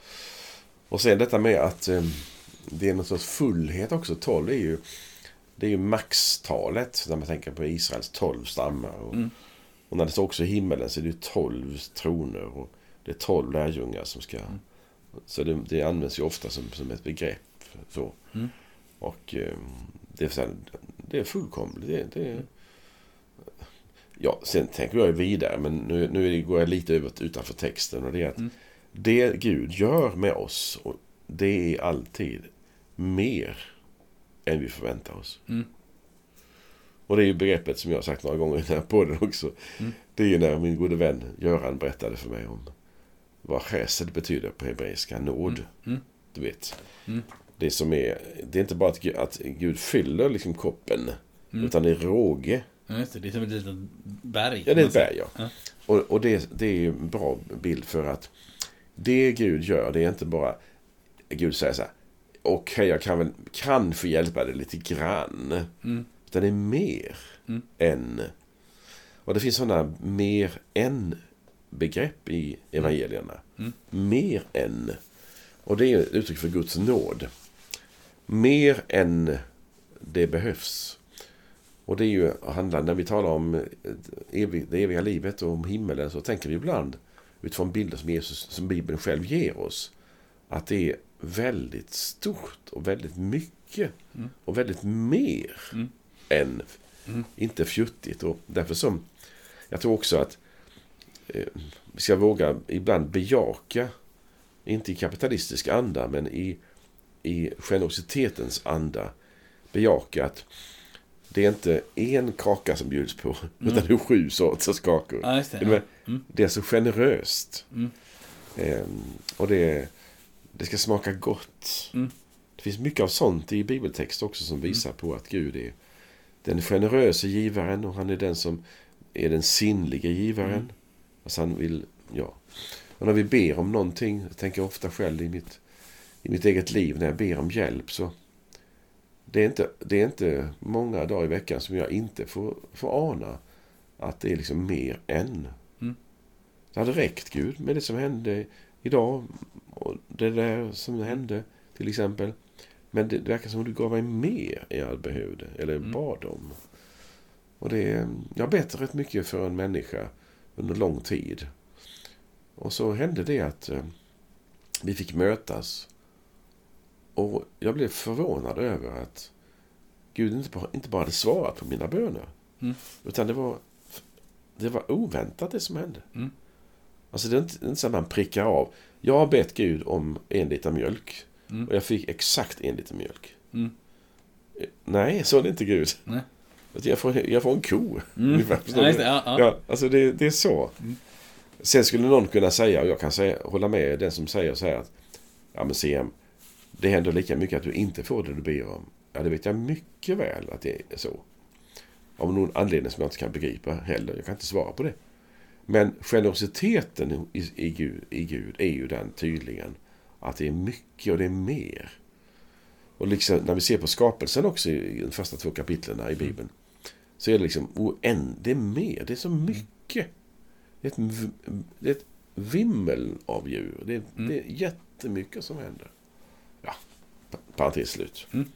Och sen detta med att eh, det är någon sorts fullhet också. tolv är ju, det är ju maxtalet när man tänker på Israels tolv stammar. Och, mm. Och när det står också i himmelen så är det tolv troner och det är tolv lärjungar som ska... Mm. Så det, det används ju ofta som, som ett begrepp. Så. Mm. Och eh, det, är, det är fullkomligt. Det, det är, ja, sen tänker jag vidare, men nu, nu går jag lite över utanför texten. Och det är att mm. det Gud gör med oss, och det är alltid mer än vi förväntar oss. Mm. Och det är ju begreppet som jag har sagt några gånger i den här podden också. Mm. Det är ju när min gode vän Göran berättade för mig om vad chesed betyder på hebreiska, nåd. Mm. Mm. Du vet. Mm. Det som är, det är inte bara att Gud, att Gud fyller liksom koppen, mm. utan det är råge. Ja, just det. Det är som ett litet berg. Ja, det är ett berg, ja. ja. Och, och det, det är ju en bra bild för att det Gud gör, det är inte bara Gud säger så här, okej, okay, jag kan väl kanske hjälpa dig lite grann. Mm. Utan det är mer mm. än. Och det finns sådana mer än begrepp i evangelierna. Mm. Mer än. Och det är ett uttryck för Guds nåd. Mer än det behövs. Och det är ju handlar, när vi talar om evig, det eviga livet och om himmelen, så tänker vi ibland utifrån bilder som Jesus, som Bibeln själv ger oss, att det är väldigt stort och väldigt mycket mm. och väldigt mer mm. än mm. inte fjuttigt. Och därför som jag tror också att eh, vi ska våga ibland bejaka, inte i kapitalistisk anda, men i, i generositetens anda, bejaka att det är inte en kaka som bjuds på, mm. utan det är sju sorters kakor. Ja, just det. Det, ja. mm. det är så generöst. Mm. Ehm, och det, det ska smaka gott. Mm. Det finns mycket av sånt i bibeltext också som visar mm. på att Gud är den generösa givaren, och han är den som är den sinnliga givaren. Mm. Alltså han vill, ja. Och när vi ber om någonting, jag tänker ofta själv i mitt, i mitt eget liv när jag ber om hjälp, så det är inte, det är inte många dagar i veckan som jag inte får, får ana att det är liksom mer än. Mm. Det hade räckt, Gud, med det som hände idag och det där som hände till exempel. Men det, det verkar som att du gav mig mer än jag behövde eller mm. bad om. Och det, jag har bett rätt mycket för en människa under lång tid. Och så hände det att eh, vi fick mötas. Och jag blev förvånad över att Gud inte bara, inte bara hade svarat på mina böner. Mm. Utan det var, det var oväntat det som hände. Mm. Alltså det är inte, inte så att man prickar av. Jag har bett Gud om en liter mjölk. Mm. Och jag fick exakt en liter mjölk. Mm. Nej, så är det inte Gud. Nej. Jag får, jag får en ko. Mm. ja, det, ja, ja. Ja, alltså det, det är så. Mm. Sen skulle någon kunna säga, och jag kan säga, hålla med den som säger så här att ja men C M, det händer lika mycket att du inte får det du ber om. Ja, det vet jag mycket väl att det är så. Av någon anledning som jag inte kan begripa heller. Jag kan inte svara på det. Men generositeten i, i, Gud, i Gud är ju den tydligen att det är mycket och det är mer. Och liksom när vi ser på skapelsen också i de första två kapitlerna i Bibeln, så är det liksom oänd, det är mer, det är så mycket. Det är ett, det är ett vimmel av djur. Det är, mm. det är jättemycket som händer. Ja, parentes slut. Mm.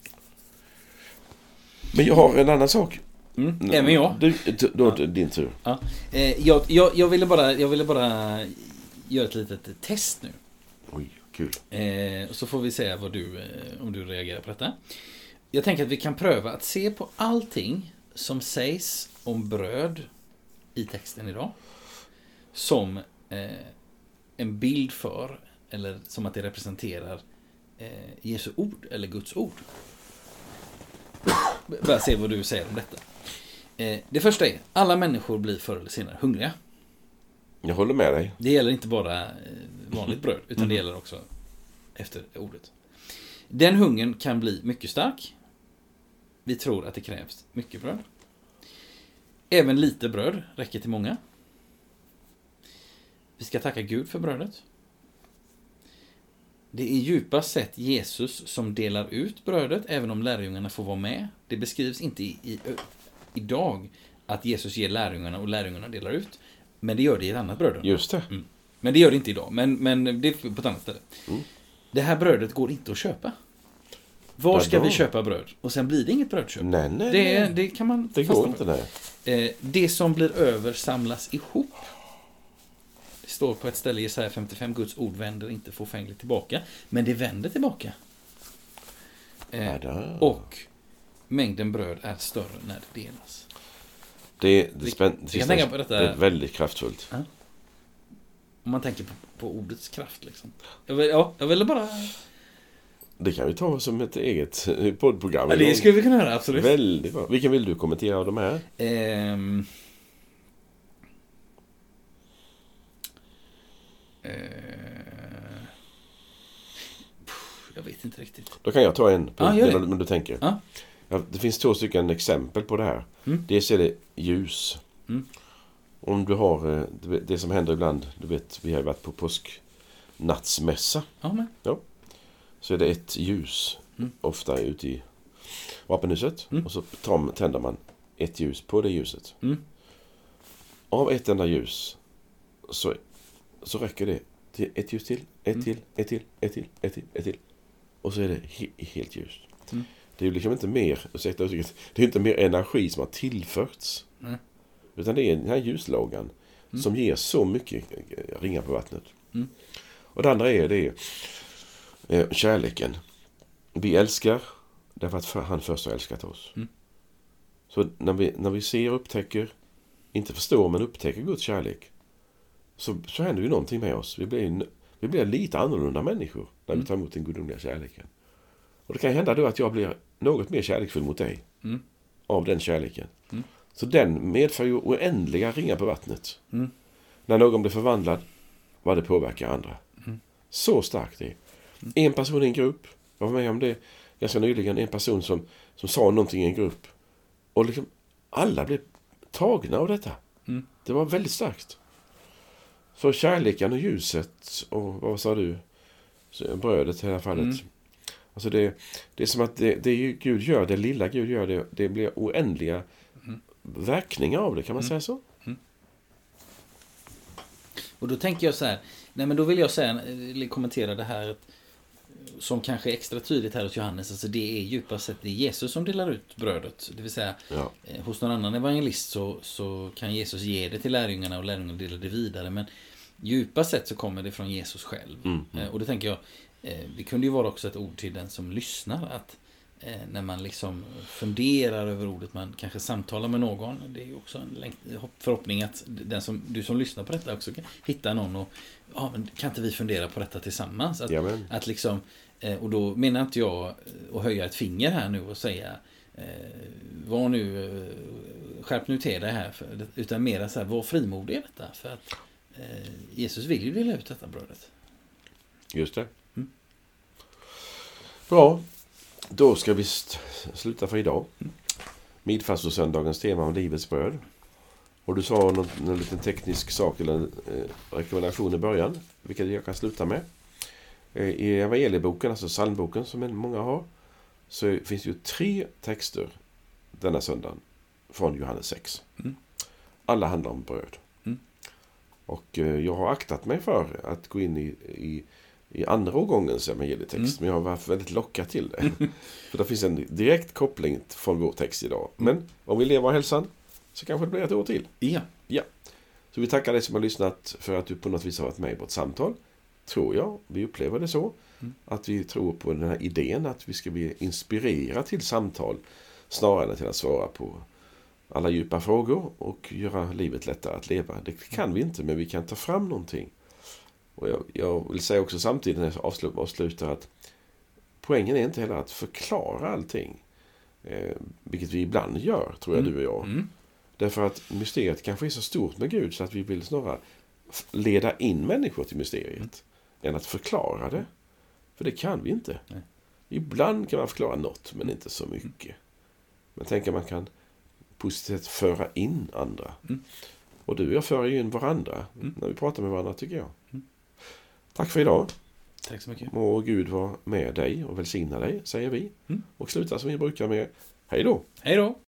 Men jag har en annan sak. Mm. Även jag. Du, du, då, ja. Din tur. Ja. Eh, jag, jag, jag, ville bara, jag ville bara göra ett litet test nu. Oj, kul. Eh, så får vi se vad du, eh, om du reagerar på detta. Jag tänker att vi kan pröva att se på allting som sägs om bröd i texten idag som eh, en bild för, eller som att det representerar eh, Jesu ord eller Guds ord. Bara se vad du säger om detta. Eh, det första är, alla människor blir förr eller senare hungriga. Jag håller med dig. Det gäller inte bara eh, vanligt bröd, utan mm. det gäller också efter ordet. Den hungern kan bli mycket stark. Vi tror att det krävs mycket bröd. Även lite bröd räcker till många. Vi ska tacka Gud för brödet. Det är djupast sett Jesus som delar ut brödet, även om lärjungarna får vara med. Det beskrivs inte i, i, idag att Jesus ger lärjungarna och lärjungarna delar ut. Men det gör det i ett annat bröd. Just det. Mm. Men det gör det inte idag. Men, men det är på ett annat ställe. Mm. Det här brödet går inte att köpa. Var ska vi köpa bröd? Och sen blir det inget brödköp. Nej, nej, det, nej. det kan man Det går inte där. Eh, det som blir över samlas ihop. Det står på ett ställe i Jesaja femtiofem, Guds ord vänder inte fåfängligt tillbaka. Men det vänder tillbaka. Eh, och mängden bröd är större när det delas. Det, det, spän- vi, vi på detta, det är väldigt kraftfullt. Ja. Om man tänker på, på ordets kraft liksom. Jag vill, ja, jag ville bara... Det kan vi ta som ett eget poddprogram. Ja, det skulle vi kunna göra, absolut. Väldigt bra. Vilken vill du kommentera av de här? Ehm... Ehm... Jag vet inte riktigt. Då kan jag ta en punkt, ja, men du tänker. Ja. Ja, det finns två stycken exempel på det här. Mm. Dels är det ljus. Mm. Om du har eh, det- det som händer ibland, du vet, vi har ju varit på påsknattsmässa. Ja, men. Så är det ett ljus, Mm. ofta ute i vapenhuset. Mm. Och så tar- tänder man ett ljus på det ljuset. Mm. Av ett enda ljus så, så räcker det till ett ljus till, ett Mm. till, ett till, ett till, ett till, ett till. Och så är det he- helt ljust. Mm. Det är ju liksom inte mer, ursäkta uttrycket, det är inte mer energi som har tillförts. Mm. Utan det är den här ljuslågan Mm. som ger så mycket eh, ringar på vattnet. Mm. Och det andra är det eh, kärleken. Vi älskar därför att för, han först har älskat oss. Mm. Så när vi, när vi ser och upptäcker, inte förstår men upptäcker Guds kärlek, så, så händer ju någonting med oss. Vi blir, vi blir lite annorlunda människor när vi tar emot den gudomliga kärleken. Och det kan hända då att jag blir något mer kärleksfull mot dig. Mm. Av den kärleken. Mm. Så den medför ju oändliga ringar på vattnet. Mm. När någon blir förvandlad, vad det påverkar andra. Mm. Så starkt det är. Mm. En person i en grupp, jag var med om det ganska nyligen, en person som, som sa någonting i en grupp. Och liksom alla blev tagna av detta. Mm. Det var väldigt starkt. Så kärleken och ljuset och vad sa du? Så brödet i det här fallet. Mm. Alltså det, det är som att det, det Gud gör, det lilla Gud gör, det, det blir oändliga Mm. verkningar av det, kan man Mm. säga så? Och då tänker jag så här, nej men då vill jag säga, eller kommentera det här som kanske är extra tydligt här hos Johannes. Alltså det är djupast sett det är Jesus som delar ut brödet. Det vill säga, Ja. eh, hos någon annan evangelist så, så kan Jesus ge det till lärjungarna och lärjungarna delar det vidare. Men djupast sett så kommer det från Jesus själv. Mm. Eh, och då tänker jag, eh, det kunde ju vara också ett ord till den som lyssnar. Att eh, när man liksom funderar över ordet, man kanske samtalar med någon. Det är ju också en länk- förhoppning att den som, du som lyssnar på detta också kan hitta någon och ja, men kan inte vi fundera på detta tillsammans? Att, Jamen. att liksom, eh, och då menar inte jag att höja ett finger här nu och säga eh, var nu, eh, skärp nu till det här, för, utan mera så här, var frimodig i detta, för att eh, Jesus vill ju dela ut detta brödet. Just det. Mm. Bra. Då ska vi st- sluta för idag. Midfastosöndagens tema om livets bröd. Och du sa någon, någon liten teknisk sak eller eh, rekommendation i början, vilket jag kan sluta med. Eh, I evangelieboken, alltså psalmboken som många har, så finns det ju tre texter denna söndagen från Johannes sex. Mm. Alla handlar om bröd. Mm. Och eh, jag har aktat mig för att gå in i, i, i andra årgångens evangelietext, Mm. men jag har varit väldigt lockad till det. För det finns en direkt koppling från vår text idag. Men om vi lever hälsan så kanske det blir ett år till. Ja. Så vi tackar dig som har lyssnat för att du på något vis har varit med i vårt samtal. Tror jag, vi upplever det så. Mm. Att vi tror på den här idén att vi ska bli inspirerade till samtal snarare än till att svara på alla djupa frågor och göra livet lättare att leva. Det kan vi inte, men vi kan ta fram någonting. Och jag, jag vill säga också samtidigt när jag avslutar, avslutar att poängen är inte heller att förklara allting. Eh, vilket vi ibland gör, tror jag, Mm. du och jag. Mm. Därför att mysteriet kanske är så stort med Gud så att vi vill snarare f- leda in människor till mysteriet Mm. än att förklara det. För det kan vi inte. Nej. Ibland kan man förklara något, men inte så mycket. Men tänk att man kan positivt föra in andra. Mm. Och du och jag för ju in varandra Mm. när vi pratar med varandra, tycker jag. Mm. Tack för idag. Tack så mycket. Må Gud vara med dig och välsigna dig, säger vi. Mm. Och sluta som vi brukar med. Hej då! Hej då!